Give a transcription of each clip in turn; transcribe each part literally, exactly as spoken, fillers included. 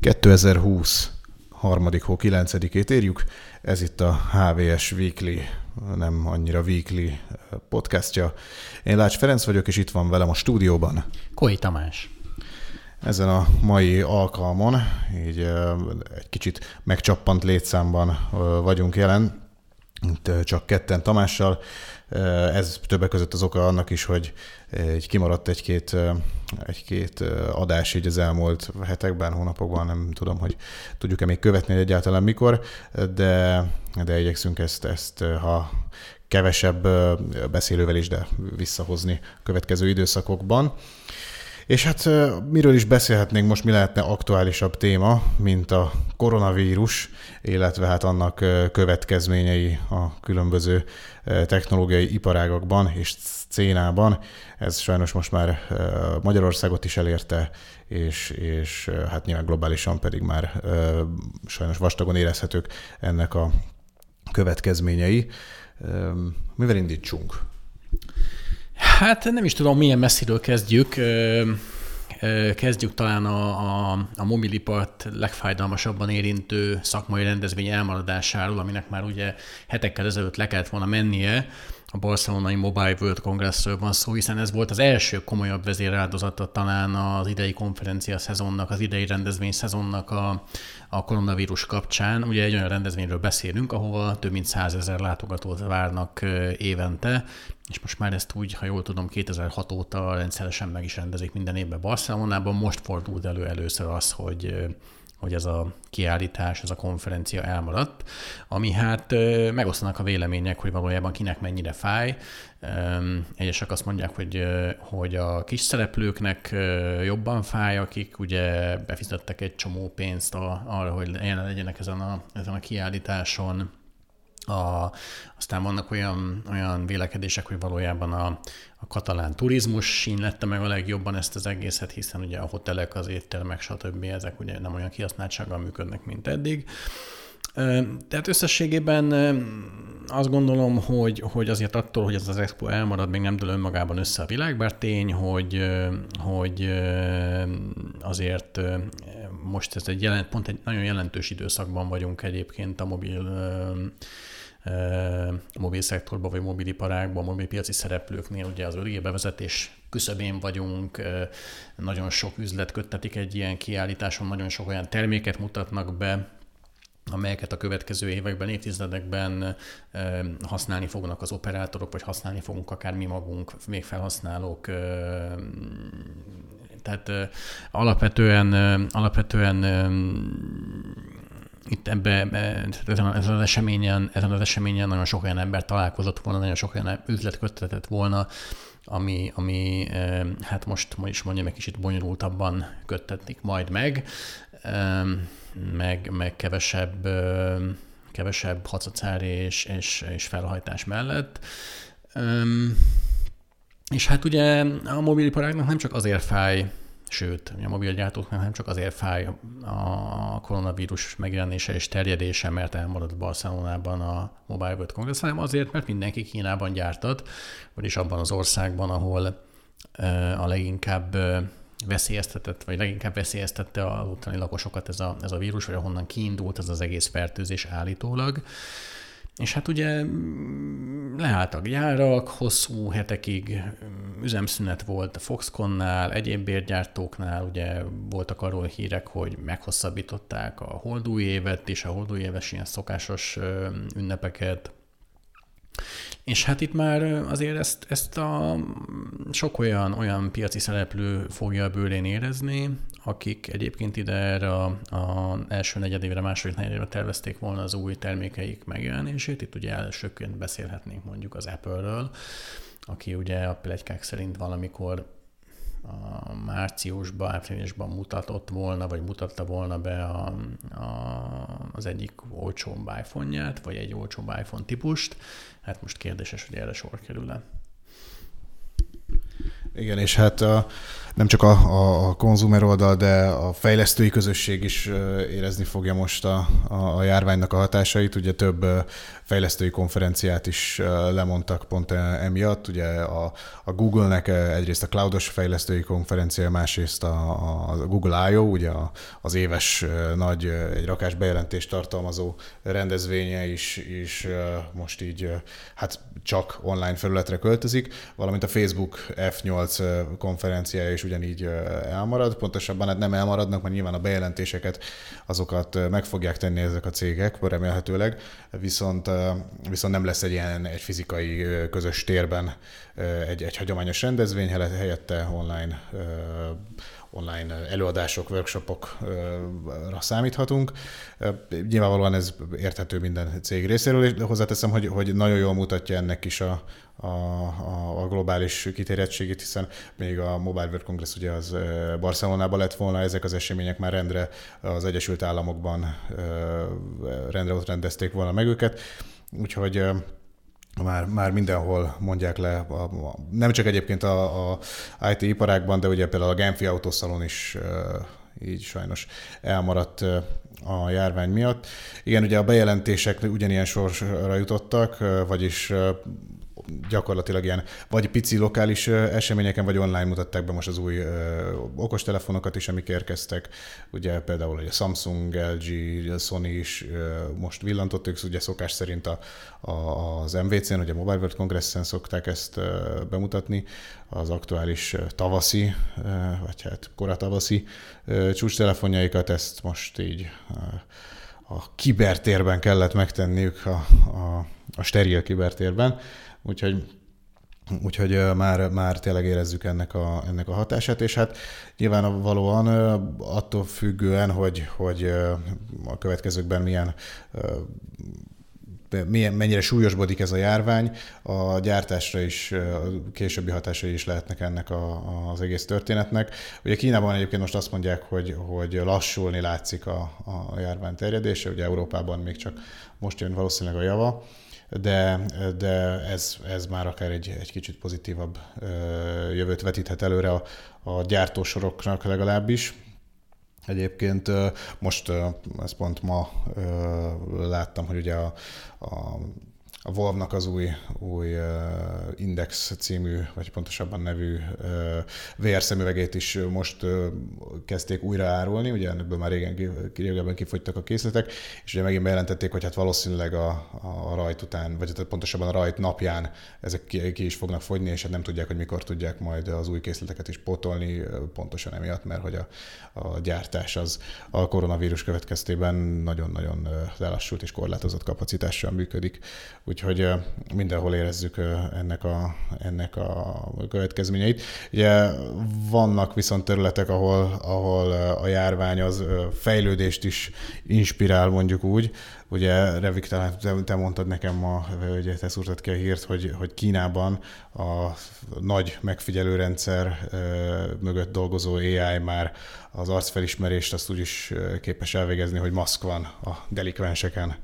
kétezer-húsz harmadik hó kilencedikét érjük. Ez itt a há vé es Weekly, nem annyira Weekly podcastja. Én Lács Ferenc vagyok, és itt van velem a stúdióban Koi Tamás. Ezen a mai alkalmon így egy kicsit megcsappant létszámban vagyunk jelen, csak ketten Tamással. Ez többek között az oka annak is, hogy így kimaradt egy-két, egy-két adás így az elmúlt hetekben, hónapokban, nem tudom, hogy tudjuk-e még követni egyáltalán mikor, de, de igyekszünk ezt, ezt, ha kevesebb beszélővel is, de visszahozni a következő időszakokban. És hát miről is beszélhetnénk most, mi lehetne aktuálisabb téma, mint a koronavírus, illetve hát annak következményei a különböző technológiai iparágakban és szcénában. Ez sajnos most már Magyarországot is elérte, és, és hát nyilván globálisan pedig már sajnos vastagon érezhetők ennek a következményei. Mivel indítsunk? Hát nem is tudom, milyen messziről kezdjük. Kezdjük talán a, a, a mobilipart legfájdalmasabban érintő szakmai rendezvény elmaradásáról, aminek már ugye hetekkel ezelőtt le kellett volna mennie. A barcelonai Mobile World Congressről van szó, hiszen ez volt az első komolyabb vezéráldozata talán az idei konferencia szezonnak, az idei rendezvény szezonnak a, a koronavírus kapcsán. Ugye egy olyan rendezvényről beszélünk, ahova több mint százezer látogatót várnak évente, és most már ezt úgy, ha jól tudom, kétezer-hat óta rendszeresen meg is rendezik minden évben Barcelonában. Most fordult elő először az, hogy hogy ez a kiállítás, ez a konferencia elmaradt, ami hát megosztanak a vélemények, hogy valójában kinek mennyire fáj. Egyesek azt mondják, hogy, hogy a kis szereplőknek jobban fáj, akik ugye befizettek egy csomó pénzt arra, hogy jelen legyenek ezen a, ezen a kiállításon. A, aztán vannak olyan, olyan vélekedések, hogy valójában a, a katalán turizmus sínylette meg a legjobban ezt az egészet, hiszen ugye a hotelek, az éttermek, stb. Ezek ugye nem olyan kihasználtsággal működnek, mint eddig. Tehát összességében azt gondolom, hogy, hogy azért attól, hogy ez az expo elmarad, még nem dől önmagában össze a világ, bár tény, hogy, hogy azért most ez egy jelent, pont egy nagyon jelentős időszakban vagyunk egyébként a mobil a mobil szektorban, vagy mobiliparágban, mobilpiaci szereplőknél, ugye az öt G bevezetés küszöbén vagyunk, nagyon sok üzlet köttetik egy ilyen kiállításon, nagyon sok olyan terméket mutatnak be, amelyeket a következő években, évtizedekben használni fognak az operátorok, vagy használni fogunk akár mi magunk, végfelhasználók. Tehát alapvetően, alapvetően itt ebbe, ezen az eseményen, ezen az eseményen nagyon sok olyan ember találkozott volna, nagyon sok olyan üzlet köttetett volna, ami, ami hát most is mondjam, egy kicsit bonyolultabban köttetik majd meg, meg, meg kevesebb, kevesebb hacacár és, és, és felhajtás mellett. És hát ugye a mobiliparágnak nem csak azért fáj, sőt, a mobilgyártóknak nem csak azért fáj a koronavírus megjelenése és terjedése, mert elmaradt Barcelonában a Mobile World Congress, hanem azért, mert mindenki Kínában gyártat, vagyis abban az országban, ahol a leginkább veszélyeztetett, vagy leginkább veszélyeztette az ottani lakosokat ez a, ez a vírus, vagy ahonnan kiindult ez az egész fertőzés állítólag. És hát ugye leálltak gyárak, hosszú hetekig üzemszünet volt a Foxconnnál, egyéb bérgyártóknál, ugye voltak arról hírek, hogy meghosszabbították a holdúj évet és a holdúj éves ilyen szokásos ünnepeket. És hát itt már azért ezt, ezt a sok olyan, olyan piaci szereplő fogja a bőrén érezni, akik egyébként ide erre az első negyedévre, második negyedévre tervezték volna az új termékeik megjelenését. Itt ugye elsőként beszélhetnénk mondjuk az Apple-ről, aki ugye a pletykák szerint valamikor a márciusban, áprilisban mutatott volna, vagy mutatta volna be a, a, az egyik olcsóbb iPhone-ját, vagy egy olcsóbb iPhone típust. Hát most kérdéses, hogy erre sor kerül-e. Igen, és hát a, nem csak a, a, a konzumer oldal, de a fejlesztői közösség is érezni fogja most a, a, a járványnak a hatásait. Ugye több fejlesztői konferenciát is lemondtak pont emiatt. Ugye a, a Google-nek egyrészt a cloudos fejlesztői konferencia, másrészt a, a Google I O, ugye a, az éves nagy egy rakás bejelentést tartalmazó rendezvénye is, is most így hát csak online felületre költözik, valamint a Facebook F nyolc konferenciája is ugyanígy elmarad. Pontosabban hát nem elmaradnak, mert nyilván a bejelentéseket azokat meg fogják tenni ezek a cégek, remélhetőleg, viszont, viszont nem lesz egy ilyen egy fizikai közös térben egy, egy hagyományos rendezvény, helyette online online előadások, workshopokra számíthatunk. Nyilvánvalóan ez érthető minden cég részéről, és hozzáteszem, hogy, hogy nagyon jól mutatja ennek is a, a, a globális kiterjedtségét, hiszen még a Mobile World Congress ugye az Barcelonában lett volna, ezek az események már rendre az Egyesült Államokban rendre ott rendezték volna meg őket, úgyhogy Már, már mindenhol mondják le, a, a, nem csak egyébként a, a i té iparágban, de ugye például a Genfi autószalon is uh, így sajnos elmaradt uh, a járvány miatt. Igen, ugye a bejelentések ugyanilyen sorsra jutottak, uh, vagyis uh, gyakorlatilag ilyen vagy pici lokális eseményeken, vagy online mutatták be most az új ö, okostelefonokat is, amik érkeztek. Ugye például a Samsung, el gé, a Sony is ö, most villantott, ők ugye szokás szerint a, a, az em vé cén, ugye a Mobile World Congressen szokták ezt ö, bemutatni, az aktuális tavaszi, ö, vagy hát koratavaszi ö, csúcstelefonjaikat, ezt most így ö, a kibertérben kellett megtenniük, a, a, a steril kibertérben. Úgyhogy, úgyhogy már, már tényleg érezzük ennek a, ennek a hatását, és hát nyilvánvalóan attól függően, hogy, hogy a következőkben milyen, milyen, mennyire súlyosbodik ez a járvány, a gyártásra is, a későbbi hatásai is lehetnek ennek a, az egész történetnek. Ugye Kínában egyébként most azt mondják, hogy, hogy lassulni látszik a, a járvány terjedése, ugye Európában még csak most jön valószínűleg a java, de, de ez, ez már akár egy, egy kicsit pozitívabb jövőt vetíthet előre a, a gyártósoroknak legalábbis. Egyébként most, ezt pont ma láttam, hogy ugye a, a A Valve-nak az új, új uh, Index című, vagy pontosabban nevű uh, vé er szemüvegét is most uh, kezdték újra árulni, ugye ebből már régen, régebben kifogytak a készletek, és ugye megint bejelentették, hogy hát valószínűleg a, a rajt után, vagy pontosabban a rajt napján ezek ki, ki is fognak fogyni, és hát nem tudják, hogy mikor tudják majd az új készleteket is pótolni, pontosan emiatt, mert hogy a, a gyártás az a koronavírus következtében nagyon-nagyon lelassult és korlátozott kapacitással működik. Úgyhogy mindenhol érezzük ennek a, ennek a következményeit. Ugye vannak viszont területek, ahol, ahol a járvány az fejlődést is inspirál, mondjuk úgy. Ugye, Revik, talán te mondtad nekem ma, hogy te szúrtad ki a hírt, hogy, hogy Kínában a nagy megfigyelőrendszer mögött dolgozó á i már az arcfelismerést azt úgy is képes elvégezni, hogy maszk van a delikvenseken.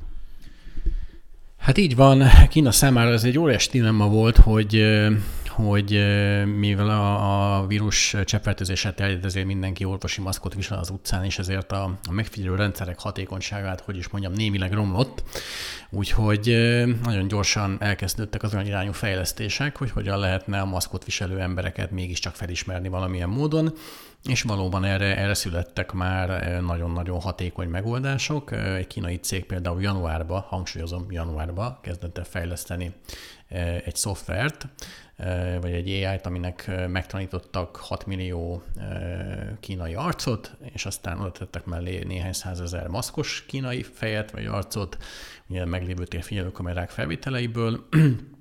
Hát így van, Kína számára ez egy óriási dilemma volt, hogy, hogy mivel a, a vírus cseppfertőzése terjed, ezért mindenki orvosi maszkot visel az utcán, és ezért a, a megfigyelő rendszerek hatékonyságát, hogy is mondjam, némileg romlott. Úgyhogy nagyon gyorsan elkezdődtek az olyan irányú fejlesztések, hogy hogyan lehetne a maszkot viselő embereket mégiscsak felismerni valamilyen módon, és valóban erre, erre születtek már nagyon-nagyon hatékony megoldások. Egy kínai cég például januárban, hangsúlyozom, januárban kezdett el fejleszteni egy szoftvert, vagy egy á i-t, aminek megtanítottak hat millió kínai arcot, és aztán oda tettek mellé néhány százezer maszkos kínai fejet, vagy arcot, ugye meglévő térfigyelő kamerák felvételeiből,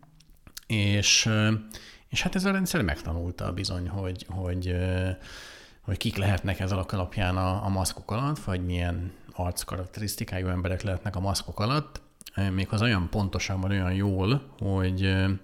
és, és hát ez a rendszer megtanulta bizony, hogy, hogy hogy kik lehetnek ez alapján a, a maszkok alatt, vagy milyen arckarakterisztikájú emberek lehetnek a maszkok alatt, méghozzá olyan pontosan, vagy olyan jól, hogy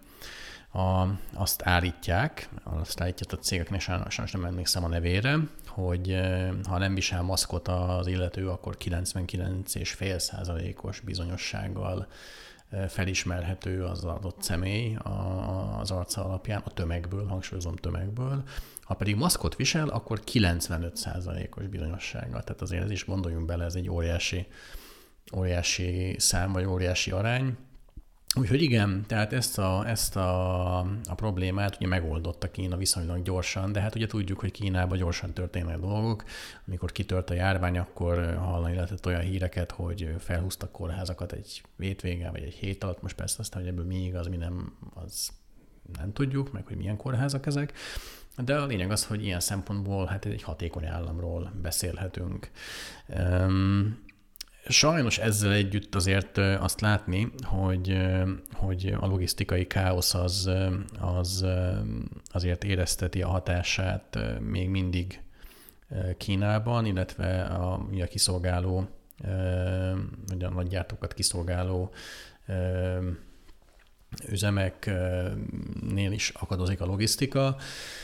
a, azt állítják, azt állítják a cégeknek, sajnos nem emlékszem a nevére, hogy ha nem visel maszkot az illető, akkor kilencvenkilenc egész öt százalékos bizonyossággal felismerhető az adott személy az arca alapján, a tömegből, hangsúlyozom tömegből. Ha pedig maszkot visel, akkor kilencvenöt százalékos bizonyossággal. Tehát azért ez is gondoljunk bele, ez egy óriási, óriási szám, vagy óriási arány. Úgyhogy igen, tehát ezt a, ezt a, a problémát ugye megoldotta Kína viszonylag gyorsan, de hát ugye tudjuk, hogy Kínában gyorsan történnek dolgok. Amikor kitört a járvány, akkor hallani lehetett olyan híreket, hogy felhúztak kórházakat egy hétvégén, vagy egy hét alatt. Most persze aztán, hogy ebből mi igaz, mi nem, az nem tudjuk, meg hogy milyen kórházak ezek. De a lényeg az, hogy ilyen szempontból hát egy hatékony államról beszélhetünk. Um, Sajnos ezzel együtt azért azt látni, hogy, hogy a logisztikai káosz az, az azért érezteti a hatását még mindig Kínában, illetve a, a kiszolgáló, a nagygyártókat kiszolgáló üzemeknél is akadozik a logisztika.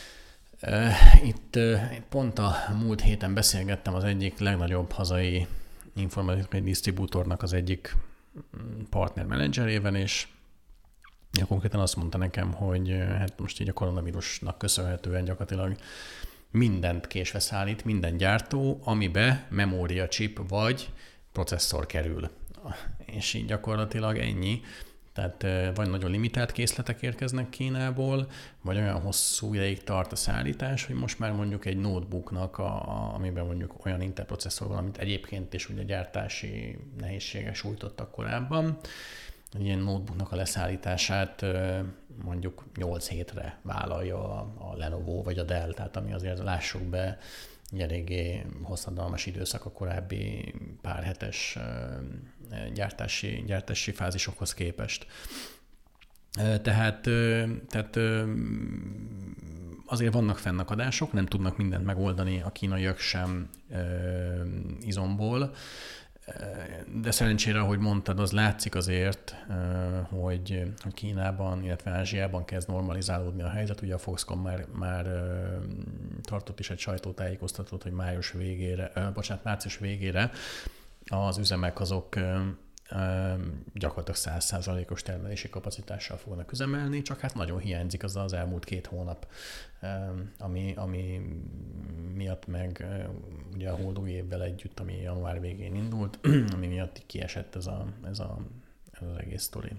Itt pont a múlt héten beszélgettem az egyik legnagyobb hazai informatikai disztribútornak az egyik partner menedzserével, és ja, konkrétan azt mondta nekem, hogy hát most így a koronavírusnak köszönhetően gyakorlatilag mindent késve szállít, minden gyártó, amibe memóriacsip vagy processzor kerül. És így gyakorlatilag ennyi. Tehát vagy nagyon limitált készletek érkeznek Kínából, vagy olyan hosszú ideig tart a szállítás, hogy most már mondjuk egy notebooknak, a, a, amiben mondjuk olyan interprocesszor van, amit egyébként is ugye gyártási nehézségek sújtottak korábban, egy ilyen notebooknak a leszállítását mondjuk nyolc hétre vállalja a, a Lenovo vagy a Dell, tehát ami azért lássuk be, egy eléggé hosszadalmas időszak a korábbi pár hetes gyártási, gyártási fázisokhoz képest. Tehát, tehát azért vannak fennakadások, nem tudnak mindent megoldani a kínaiak sem izomból, de szerencsére, ahogy mondtad, az látszik azért, hogy Kínában, illetve Ázsiában kezd normalizálódni a helyzet. Ugye a Foxconn már, már tartott is egy sajtótájékoztatót, hogy május végére, bocsánat, március végére az üzemek azok gyakorlatilag száz százalékos termelési kapacitással fognak üzemelni, csak hát nagyon hiányzik az az elmúlt két hónap, ami, ami miatt meg ugye a holdúj évvel együtt, ami január végén indult, ami miatt kiesett ez, a, ez, a, ez az egész sztori.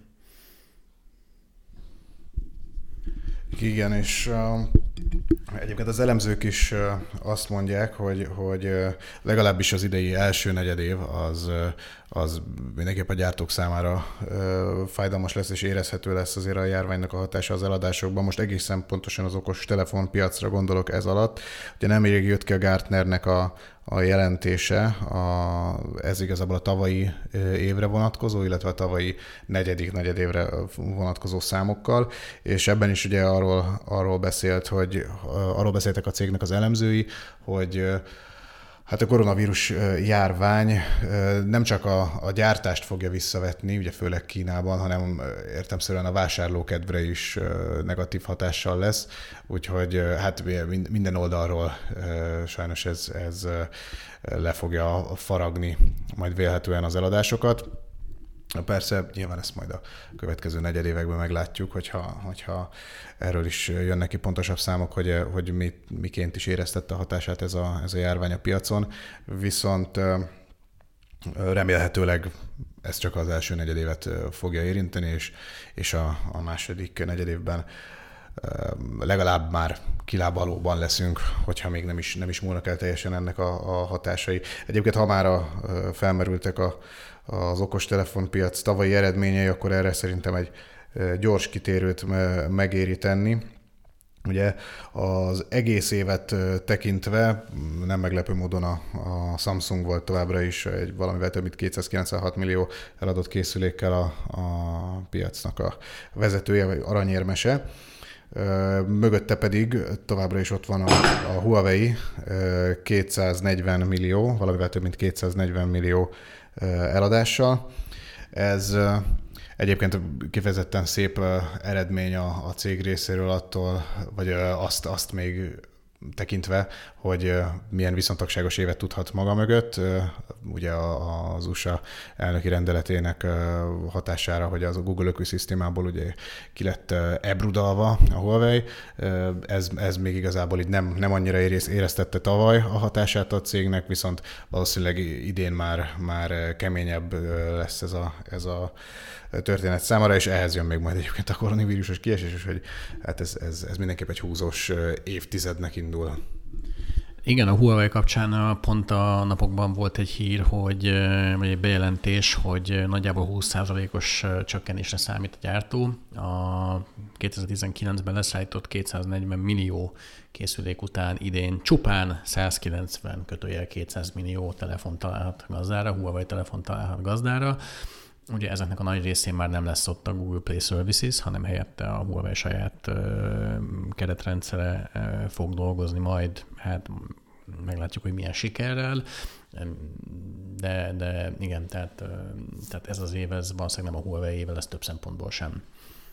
Igen, és uh, egyébként az elemzők is uh, azt mondják, hogy, hogy uh, legalábbis az idei első negyedév az, uh, az mindenképp a gyártók számára uh, fájdalmas lesz, és érezhető lesz azért a járványnak a hatása az eladásokban. Most egészen pontosan az okos telefonpiacra gondolok ez alatt. Ugye nemrég jött ki a Gartnernek a, a jelentése, a, ez igazából a tavalyi évre vonatkozó, illetve a tavalyi negyedik negyedévre vonatkozó számokkal, és ebben is ugye arról, arról beszélt, hogy arról beszéltek a cégnek az elemzői, hogy hát a koronavírus járvány nem csak a, a gyártást fogja visszavetni, ugye főleg Kínában, hanem értelemszerűen a vásárlókedvre is negatív hatással lesz, úgyhogy hát minden oldalról sajnos ez, ez le fogja faragni majd vélhetően az eladásokat. Persze, nyilván ezt majd a következő negyedévekben meglátjuk, hogyha, hogyha erről is jönnek ki pontosabb számok, hogy, hogy mi, miként is éreztette a hatását ez a, ez a járvány a piacon. Viszont remélhetőleg ez csak az első negyedévet fogja érinteni, és, és a, a második negyedévben legalább már kilábalóban leszünk, hogyha még nem is, nem is múlnak el teljesen ennek a, a hatásai. Egyébként, ha már a, felmerültek a az okostelefonpiac tavalyi eredményei, akkor erre szerintem egy gyors kitérőt megéri tenni. Ugye az egész évet tekintve nem meglepő módon a, a Samsung volt továbbra is egy valamivel több mint kétszázkilencvenhat millió eladott készülékkel a, a piacnak a vezetője, vagy aranyérmese. Mögötte pedig továbbra is ott van a, a Huawei kétszáznegyven millió, valamivel több mint kétszáznegyven millió eladással. Ez egyébként kifejezetten szép eredmény a, a cég részéről attól, vagy azt, azt még tekintve, hogy milyen viszontagságos évet tudhat maga mögött. Ugye az u es á elnöki rendeletének hatására, hogy az a Google ökoszisztémából ugye ki lett ebrudalva a Huawei. Ez, ez még igazából így nem, nem annyira éreztette tavaly a hatását a cégnek, viszont valószínűleg idén már, már keményebb lesz ez a, ez a történet számára, és ehhez jön még majd egyébként a koronavírusos kiesés, hogy hát ez, ez, ez mindenképp egy húzós évtizednek indul. Igen, a Huawei kapcsán pont a napokban volt egy hír, hogy, vagy egy bejelentés, hogy nagyjából húsz százalékos csökkenésre számít a gyártó. A kétezer-tizenkilencben leszállított kétszáznegyven millió készülék után idén csupán százkilencven kötőjel kétszáz millió telefon találhat gazdára, Huawei telefon találhat gazdára. Ugye ezeknek a nagy részén már nem lesz ott a Google Play Services, hanem helyette a Huawei saját uh, keretrendszere uh, fog dolgozni majd, hát meglátjuk, hogy milyen sikerrel, de, de igen, tehát, uh, tehát ez az év, ez valószínűleg nem a Huawei éve lesz több szempontból sem.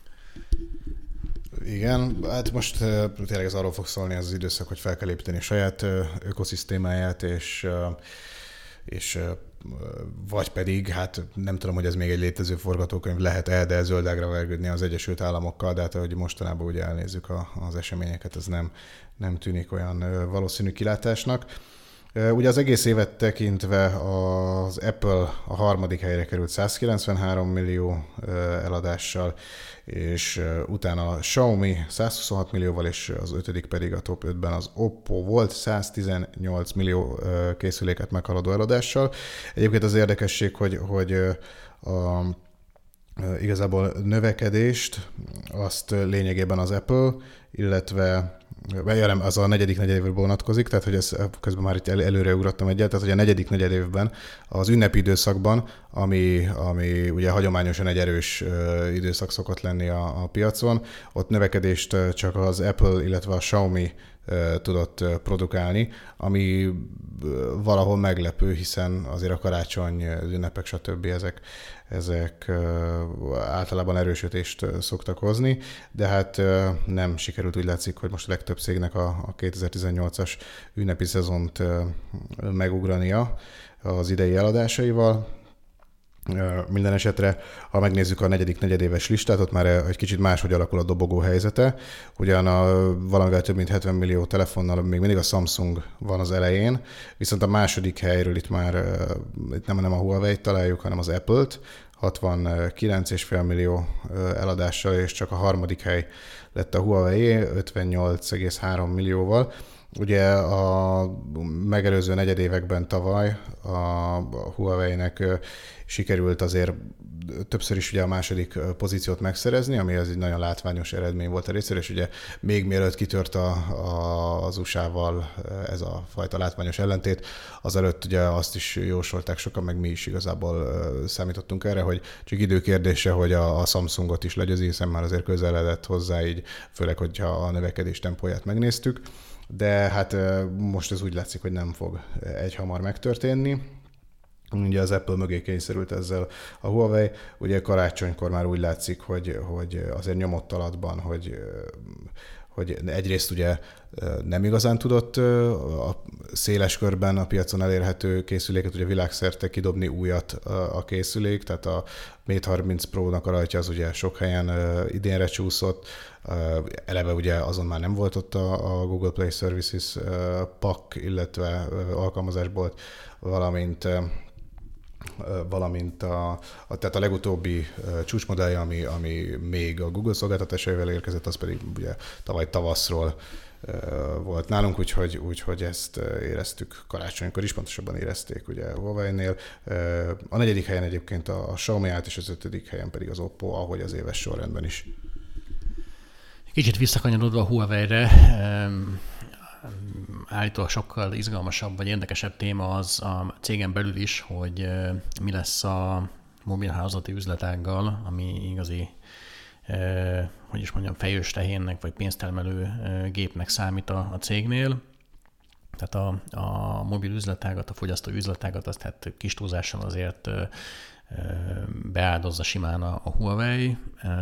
Igen, hát most uh, tényleg ez arról fog szólni ez az időszak, hogy fel kell építeni a saját uh, ökoszisztémáját, és, uh, és uh, vagy pedig, hát nem tudom, hogy ez még egy létező forgatókönyv lehet-e, de zöldágra vergődni az Egyesült Államokkal, de hát ahogy mostanában ugye elnézzük a, az eseményeket, ez nem, nem tűnik olyan valószínű kilátásnak. Ugye az egész évet tekintve az Apple a harmadik helyre került százkilencvenhárom millió eladással, és utána a Xiaomi százhuszonhat millióval, és az ötödik pedig a top ötben az Oppo volt száztizennyolc millió készüléket meghaladó eladással. Egyébként az érdekesség, hogy, hogy a, igazából növekedést azt lényegében az Apple, illetve az a negyedik negyedévre vonatkozik, tehát hogy ez közben már itt előre ugrottam egyet, tehát hogy a negyedik negyedévben az ünnepi időszakban, ami, ami ugye hagyományosan egy erős időszak szokott lenni a, a piacon, ott növekedést csak az Apple, illetve a Xiaomi tudott produkálni, ami valahol meglepő, hiszen azért a karácsony, az ünnepek, stb. ezek, ezek általában erősödést szoktak hozni, de hát nem sikerült, úgy látszik, hogy most a legtöbb cégnek a, a kétezer-tizennyolcas ünnepi szezont megugrania az idei eladásaival. Minden esetre, ha megnézzük a negyedik negyedéves listát, ott már egy kicsit máshogy alakul a dobogó helyzete. Ugyan a valamivel több mint hetven millió telefonnal még mindig a Samsung van az elején, viszont a második helyről itt már itt nem, nem a Huawei-t találjuk, hanem az Apple-t, hatvankilenc egész öt millió eladással, és csak a harmadik hely lett a Huawei ötvennyolc egész három millióval. Ugye a megelőző negyedévekben tavaly a Huawei-nek sikerült azért többször is ugye a második pozíciót megszerezni, ami az egy nagyon látványos eredmény volt a részéről, és ugye még mielőtt kitört a, a, az u es á-val ez a fajta látványos ellentét, azelőtt ugye azt is jósolták sokan, meg mi is igazából számítottunk erre, hogy csak időkérdése, hogy a, a Samsungot is legyőzi, hiszen már azért közeledett hozzá így, főleg, hogyha a növekedés tempóját megnéztük. De hát most ez úgy látszik, hogy nem fog egyhamar megtörténni. Ugye az Apple mögé kényszerült ezzel a Huawei. Ugye karácsonykor már úgy látszik, hogy, hogy azért nyomott alatban, hogy, hogy egyrészt ugye nem igazán tudott a széles körben a piacon elérhető készüléket ugye világszerte kidobni újat a készülék, tehát a Mate harminc Pro-nak a rajtja az ugye sok helyen idénre csúszott, eleve ugye azon már nem volt ott a, a Google Play Services pak, illetve alkalmazásból, valamint valamint a, a, tehát a legutóbbi uh, csúcsmodellje, ami, ami még a Google szolgáltatásaival érkezett, az pedig ugye tavaly tavaszról uh, volt nálunk, úgyhogy, úgyhogy ezt éreztük karácsonykor is, pontosabban érezték ugye Huawei-nél. Uh, a negyedik helyen egyébként a, a Xiaomi állt, és az ötödik helyen pedig az Oppo, ahogy az éves sorrendben is. Kicsit visszakanyarodva a Huawei-re, um... állítólag sokkal izgalmasabb vagy érdekesebb téma az a cégen belül is, hogy mi lesz a mobilhálózati üzletággal, ami igazi, hogy is mondjam, fejős tehénnek vagy pénztermelő gépnek számít a, a cégnél. Tehát a, a mobil üzletágat, a fogyasztói üzletágat azt hát kis túlzással azért beáldozza simán a, a Huawei,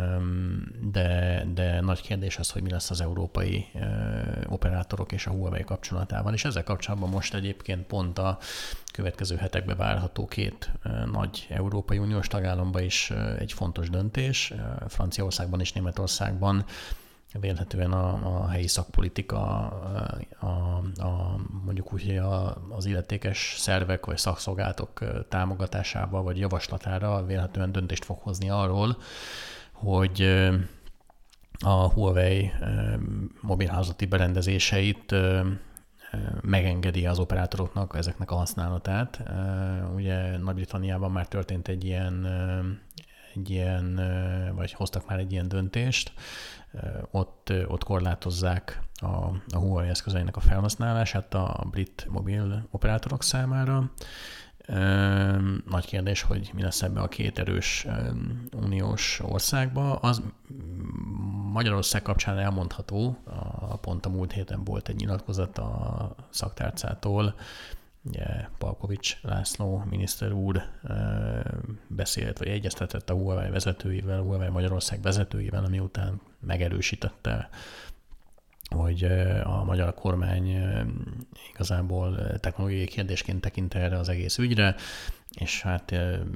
de, de nagy kérdés az, hogy mi lesz az európai operátorok és a Huawei kapcsolatával. És ezzel kapcsolatban most egyébként pont a következő hetekben várható két nagy Európai Uniós tagállamba is egy fontos döntés, Franciaországban és Németországban. Vélhetően a, a helyi szakpolitika, a, a, mondjuk úgy, hogy a, az illetékes szervek vagy szakszolgálatok támogatásával vagy javaslatára vélhetően döntést fog hozni arról, hogy a Huawei mobilhálózati berendezéseit megengedi az operátoroknak ezeknek a használatát. Ugye Nagy-Britanniában már történt egy ilyen, egy ilyen, vagy hoztak már egy ilyen döntést, ott, ott korlátozzák a, a Huawei eszközeinek a felhasználását a brit mobil operátorok számára. Nagy kérdés, hogy mi lesz ebbe a két erős uniós országba. Az Magyarország kapcsán elmondható, a, pont a múlt héten volt egy nyilatkozat a szaktárcától, ugye Palkovics László miniszter úr beszélt, vagy egyeztetett a Huawei vezetőivel, a Huawei Magyarország vezetőivel, ami után megerősítette, hogy a magyar kormány igazából technológiai kérdésként tekint erre az egész ügyre, és hát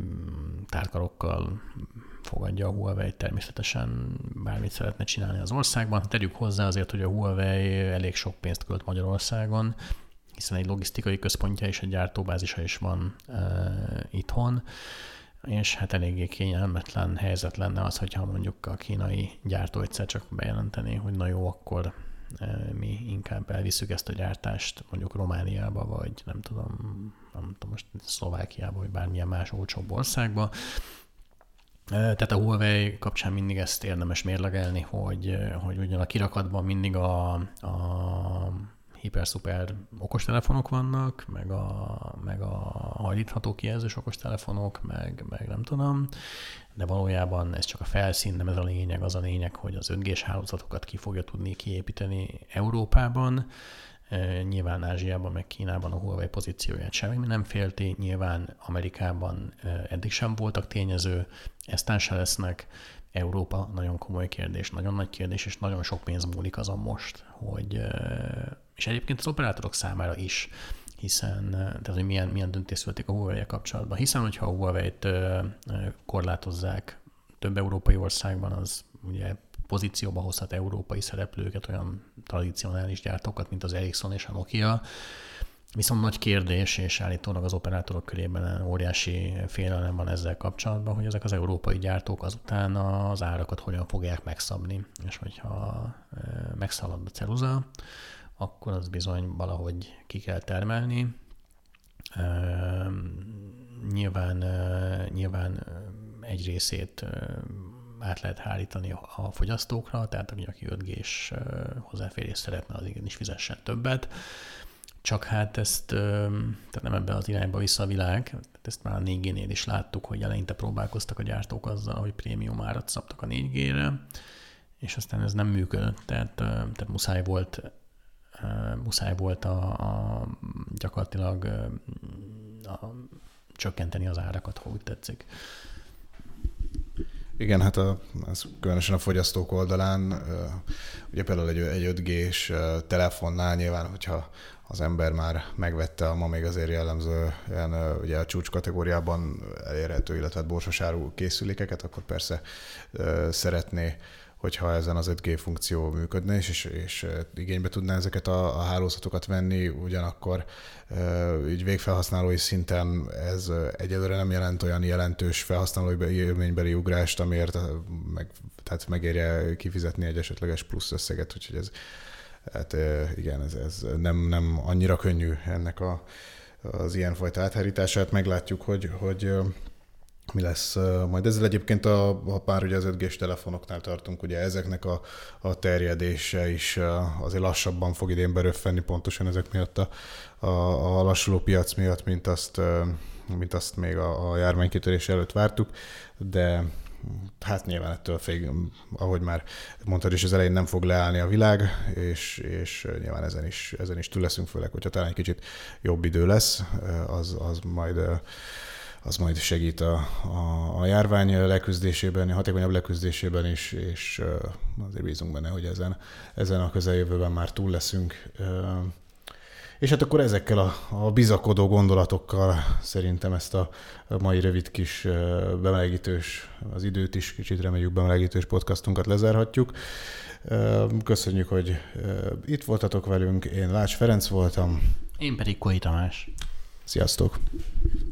tárkarokkal fogadja a Huawei természetesen bármit szeretne csinálni az országban. Tegyük hozzá azért, hogy a Huawei elég sok pénzt költ Magyarországon, hiszen egy logisztikai központja és egy gyártóbázisa is van e, itthon, és hát eléggé kényelmetlen helyzet lenne az, hogyha mondjuk a kínai gyártó egyszer csak bejelenteni, hogy na jó, akkor e, mi inkább elviszük ezt a gyártást mondjuk Romániába, vagy nem tudom, nem tudom most Szlovákiába, vagy bármilyen más olcsóbb országba. E, tehát a Huawei kapcsán mindig ezt érdemes mérlegelni, hogy, hogy ugyan a kirakatban mindig a, a hiper-szuper okostelefonok vannak, meg a, meg a hajlítható kijelzős okostelefonok, meg, meg nem tudom, de valójában ez csak a felszín, nem ez a lényeg, az a lényeg, hogy az öt G-s hálózatokat ki fogja tudni kiépíteni Európában. E, nyilván Ázsiában, meg Kínában a Huawei pozícióját semmi nem félti, nyilván Amerikában eddig sem voltak tényező, eztán se lesznek. Európa nagyon komoly kérdés, nagyon nagy kérdés, és nagyon sok pénz múlik azon most, hogy, és egyébként az operátorok számára is, hiszen, tehát hogy milyen, milyen döntés születik a Huawei-jel kapcsolatban, hiszen hogyha a Huawei-t korlátozzák több európai országban, az ugye pozícióba hozhat európai szereplőket, olyan tradicionális gyártókat, mint az Ericsson és a Nokia. Viszont nagy kérdés, és állítólag az operátorok körében óriási félelem van ezzel kapcsolatban, hogy ezek az európai gyártók azután az árakat hogyan fogják megszabni. És hogyha megszalad a ceruza, akkor az bizony valahogy ki kell termelni. Nyilván, nyilván egy részét át lehet hárítani a fogyasztókra, tehát aki öt G-s hozzáférést szeretne, az igenis fizessen többet. Csak hát ezt, tehát nem ebben az irányba vissza a világ, ezt már a négy G-nél is láttuk, hogy eleinte próbálkoztak a gyártók azzal, hogy prémium árat szabtak a négy G-re, és aztán ez nem működött, tehát, tehát muszáj volt, muszáj volt a, a, gyakorlatilag a, csökkenteni az árakat, ha úgy tetszik. Igen, hát a, ez különösen a fogyasztók oldalán, ugye például egy, egy öt G-s telefonnál nyilván, hogyha az ember már megvette a ma még azért jellemző ilyen, ugye a csúcs kategóriában elérhető, illetve borsos áru készülékeket, akkor persze szeretné, hogyha ezen az öt G funkció működne, és, és igénybe tudná ezeket a, a hálózatokat venni, ugyanakkor így végfelhasználói szinten ez egyelőre nem jelent olyan jelentős felhasználói élménybeli ugrást, amiért meg, tehát megérje kifizetni egy esetleges plusz összeget, úgyhogy ez hát igen, ez, ez nem, nem annyira könnyű ennek a, az ilyenfajta áthárítását. Meglátjuk, hogy, hogy mi lesz majd ezzel. Egyébként, a, ha már ugye az öt G-s telefonoknál tartunk, ugye ezeknek a, a terjedése is azért lassabban fog idén beröffenni, pontosan ezek miatt a, a, a lassuló piac miatt, mint azt, mint azt még a, a járványkitörés előtt vártuk, de hát nyilván ettől fél, ahogy már mondtad is, az elején nem fog leállni a világ, és, és nyilván ezen is, ezen is túl leszünk, főleg, hogyha talán egy kicsit jobb idő lesz, az, az majd az majd segít a, a, a járvány leküzdésében, a hatékonyabb leküzdésében is, és azért bízunk benne, hogy ezen, ezen a közeljövőben már túl leszünk. És hát akkor ezekkel a, a bizakodó gondolatokkal szerintem ezt a mai rövid kis bemelegítős, az időt is kicsit reméljük bemelegítős podcastunkat lezárhatjuk. Köszönjük, hogy itt voltatok velünk. Én Lács Ferenc voltam. Én pedig Koi Tamás. Sziasztok!